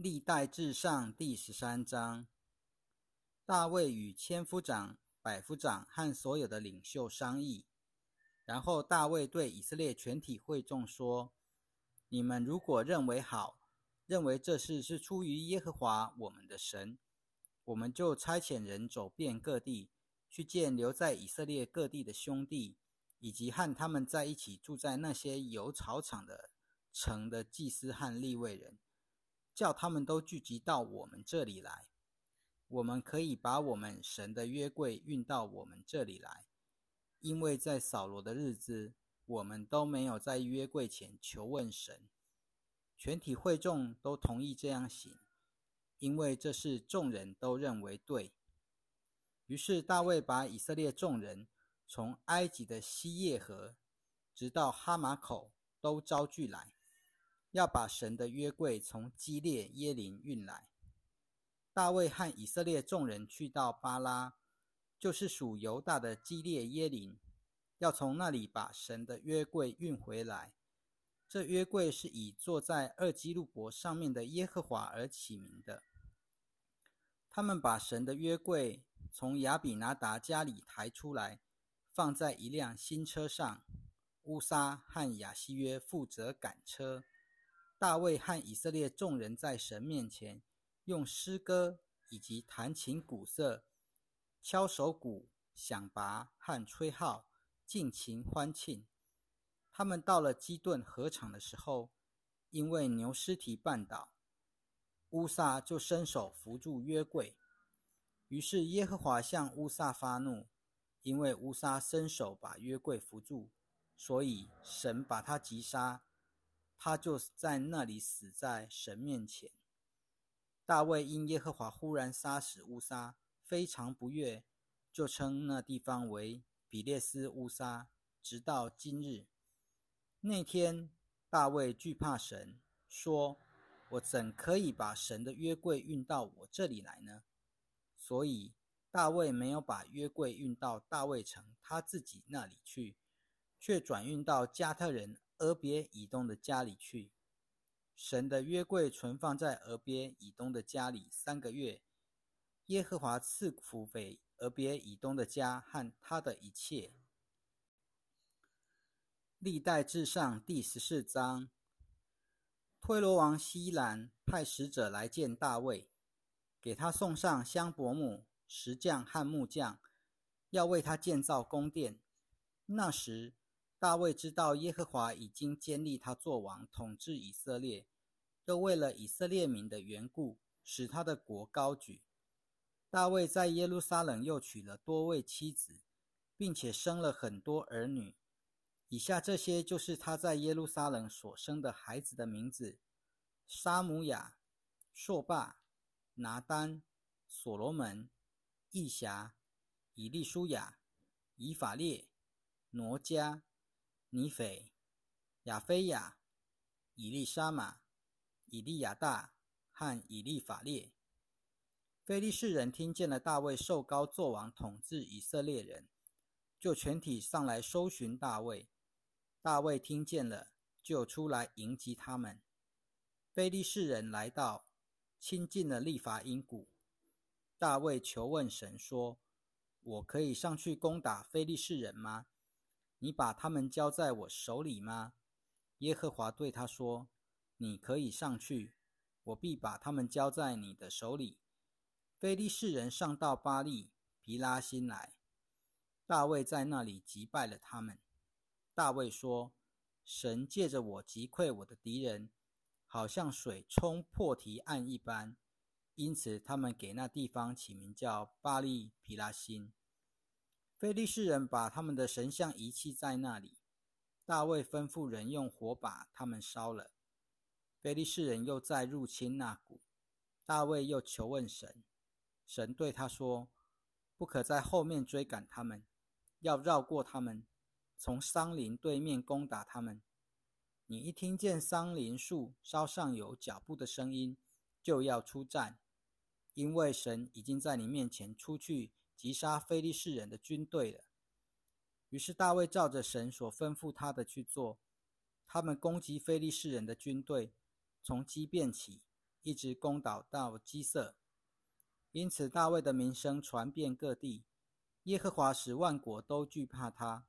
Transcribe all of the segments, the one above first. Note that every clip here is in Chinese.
历代志上第13章，大卫与千夫长、百夫长和所有的领袖商议。然后大卫对以色列全体会众说：你们如果认为好，认为这事是出于耶和华我们的神，我们就差遣人走遍各地，去见留在以色列各地的兄弟，以及和他们在一起住在那些有草场的城的祭司和利未人，叫他们都聚集到我们这里来。我们可以把我们神的约柜运到我们这里来，因为在扫罗的日子，我们都没有在约柜前求问神。全体会众都同意这样行，因为这是众人都认为对。于是大卫把以色列众人从埃及的西叶河直到哈马口都招聚来，要把神的约柜从基列耶琳运来。大卫和以色列众人去到巴拉，就是属犹大的基列耶琳，要从那里把神的约柜运回来。这约柜是以坐在二基路伯上面的耶和华而起名的。他们把神的约柜从亚比拿达家里抬出来，放在一辆新车上。乌撒和亚希约负责赶车。大卫和以色列众人在神面前用诗歌以及弹琴鼓瑟、敲手鼓、响拔和吹号，尽情欢庆。他们到了基顿禾场的时候，因为牛尸体绊倒，乌撒就伸手扶住约柜。于是耶和华向乌撒发怒，因为乌撒伸手把约柜扶住，所以神把他击杀，他就在那里死在神面前。大卫因耶和华忽然杀死乌撒，非常不悦，就称那地方为比列斯乌撒，直到今日。那天大卫惧怕神，说：我怎可以把神的约柜运到我这里来呢？所以大卫没有把约柜运到大卫城他自己那里去，却转运到加特人俄别以东的家里去。神的约柜存放在俄别以东的家里3个月，耶和华赐福给俄别以东的家和他的一切。历代志上第14章，推罗王希兰派使者来见大卫，给他送上香柏木、石匠和木匠，要为他建造宫殿。那时大卫知道耶和华已经坚立他作王，统治以色列，又为了以色列民的缘故，使他的国高举。大卫在耶路撒冷又娶了多位妻子，并且生了很多儿女。以下这些就是他在耶路撒冷所生的孩子的名字：沙姆亚、朔霸、拿单、所罗门、义侠、以利舒雅、以法列、挪迦、尼斐、亚非亚、以利沙玛、以利亚大和以利法列。非利士人听见了大卫受膏作王统治以色列人，就全体上来搜寻大卫。大卫听见了，就出来迎击他们。非利士人来到，亲近了利乏音谷。大卫求问神说：我可以上去攻打非利士人吗？你把他们交在我手里吗？耶和华对他说：你可以上去，我必把他们交在你的手里。非利士人上到巴力毗拉辛来，大卫在那里击败了他们。大卫说：神借着我击溃我的敌人，好像水冲破堤岸一般，因此他们给那地方起名叫巴力毗拉辛。非利士人把他们的神像遗弃在那里，大卫吩咐人用火把他们烧了。非利士人又再入侵那谷，大卫又求问神，神对他说：不可在后面追赶他们，要绕过他们，从桑林对面攻打他们。你一听见桑林树梢上有脚步的声音，就要出战，因为神已经在你面前出去击杀非利士人的军队了。于是大卫照着神所吩咐他的去做，他们攻击非利士人的军队，从基遍起， 一直攻打到基色。因此大卫的名声传遍各地，耶和华使万国都惧怕他。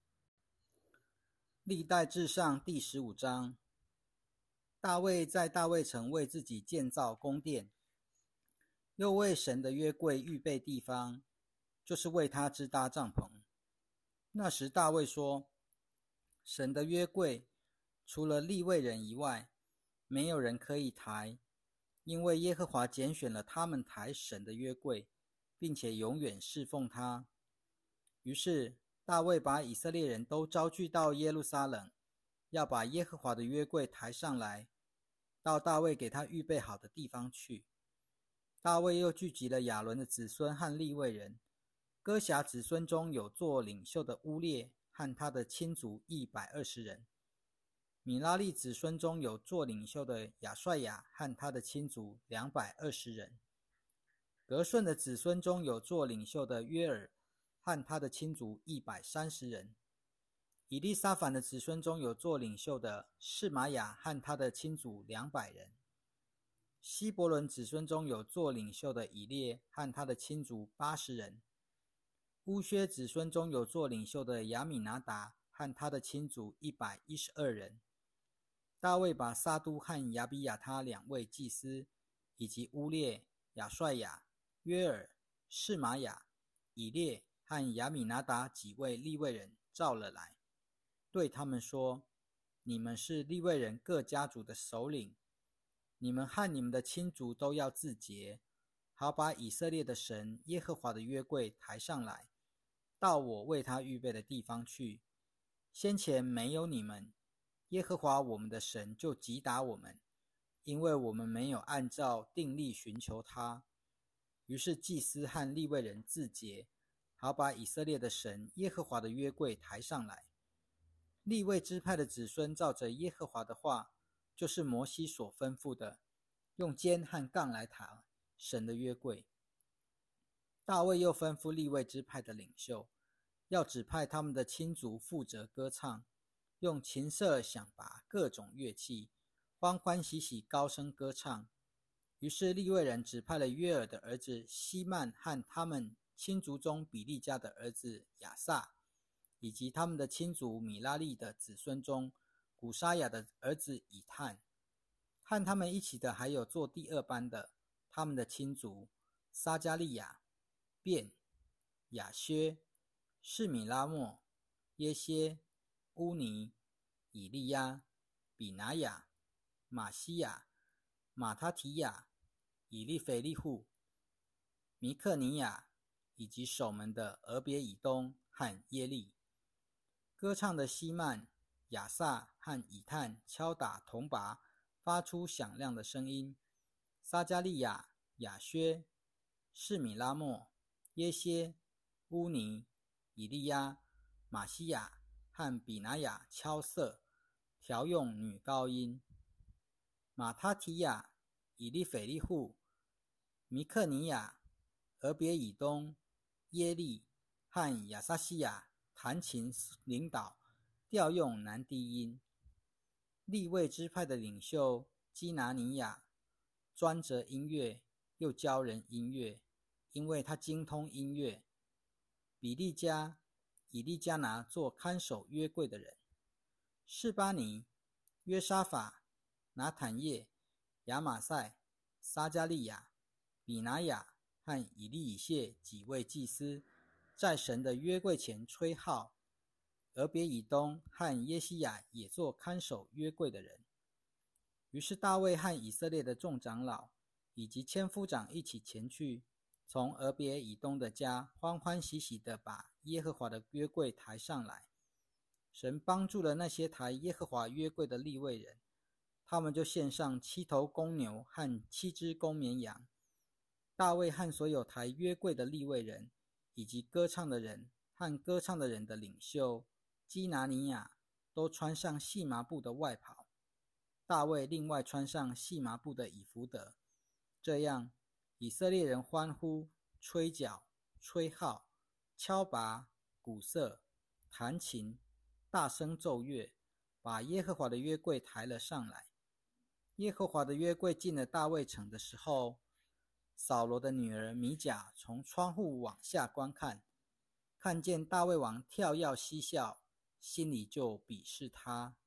历代志上第15章。大卫在大卫城为自己建造宫殿，又为神的约柜预备地方，就是为他支搭帐篷。那时大卫说，神的约柜除了利未人以外，没有人可以抬，因为耶和华拣选了他们抬神的约柜，并且永远侍奉他。于是大卫把以色列人都招聚到耶路撒冷，要把耶和华的约柜抬上来，到大卫给他预备好的地方去。大卫又聚集了亚伦的子孙和利未人，哥辖子孙中有做领袖的乌列和他的亲族120人，米拉利子孙中有做领袖的亚帅亚和他的亲族220人，革顺的子孙中有做领袖的约尔和他的亲族130人，以利沙反的子孙中有做领袖的示玛雅和他的亲族200人，希伯伦子孙中有做领袖的以列和他的亲族80人，乌薛子孙中有做领袖的亚米拿达和他的亲族112人。大卫把撒都和亚比亚他2位祭司，以及乌列、亚帅亚、约尔、示玛雅、以列和亚米拿达几位利未人召了来，对他们说，你们是利未人各家族的首领，你们和你们的亲族都要自洁，好把以色列的神耶和华的约柜抬上来，到我为他预备的地方去。先前没有你们，耶和华我们的神就击打我们，因为我们没有按照定例寻求他。于是祭司和利未人自洁，好把以色列的神耶和华的约柜抬上来。利未支派的子孙照着耶和华的话，就是摩西所吩咐的，用肩和杠来抬神的约柜。大卫又吩咐利未支派的领袖，要指派他们的亲族负责歌唱，用琴瑟响拔各种乐器，欢欢喜喜高声歌唱。于是利未人指派了约尔的儿子希曼和他们亲族中比利家的儿子亚萨，以及他们的亲族米拉利的子孙中古沙雅的儿子以探。和他们一起的还有做第2班的，他们的亲族撒加利亚、便、亚薛、示米拉莫、耶歇、乌尼、以利亚、比拿雅、马西亚、马他提亚、以利腓利户、米克尼亚，以及守门的俄别以东和耶利。歌唱的希曼、亚萨和以探敲打铜钹，发出响亮的声音。撒加利亚、亚薛、示米拉莫、耶歇、乌尼、以利亚、马西亚和比拿雅敲瑟，调用女高音。马他提亚、以利腓利户、米克尼亚、俄别以东、耶利和亚撒西亚弹琴领导，调用男低音。利未支派的领袖基拿尼亚专责音乐，又教人音乐，因为他精通音乐。比利家、以利加拿做看守约柜的人。示巴尼、约沙法、拿坦叶、亚玛塞、撒加利亚、比拿雅和以利以谢几位祭司，在神的约柜前吹号。俄别以东和耶西亚也做看守约柜的人。于是大卫和以色列的众长老以及千夫长一起前去，从俄别以东的家欢欢喜喜地把耶和华的约柜抬上来。神帮助了那些抬耶和华约柜的利未人，他们就献上7头公牛和7只公绵羊。大卫和所有抬约柜的利未人，以及歌唱的人和歌唱的人的领袖基拿尼亚，都穿上细麻布的外袍。大卫另外穿上细麻布的以弗得。这样以色列人欢呼、吹角、吹号、敲钹、鼓瑟、弹琴，大声奏乐，把耶和华的约柜抬了上来。 耶和华的约柜进了大卫城的时候，扫罗的女儿米甲从窗户往下观看，看见大卫王跳跃嬉笑，心里就鄙视他。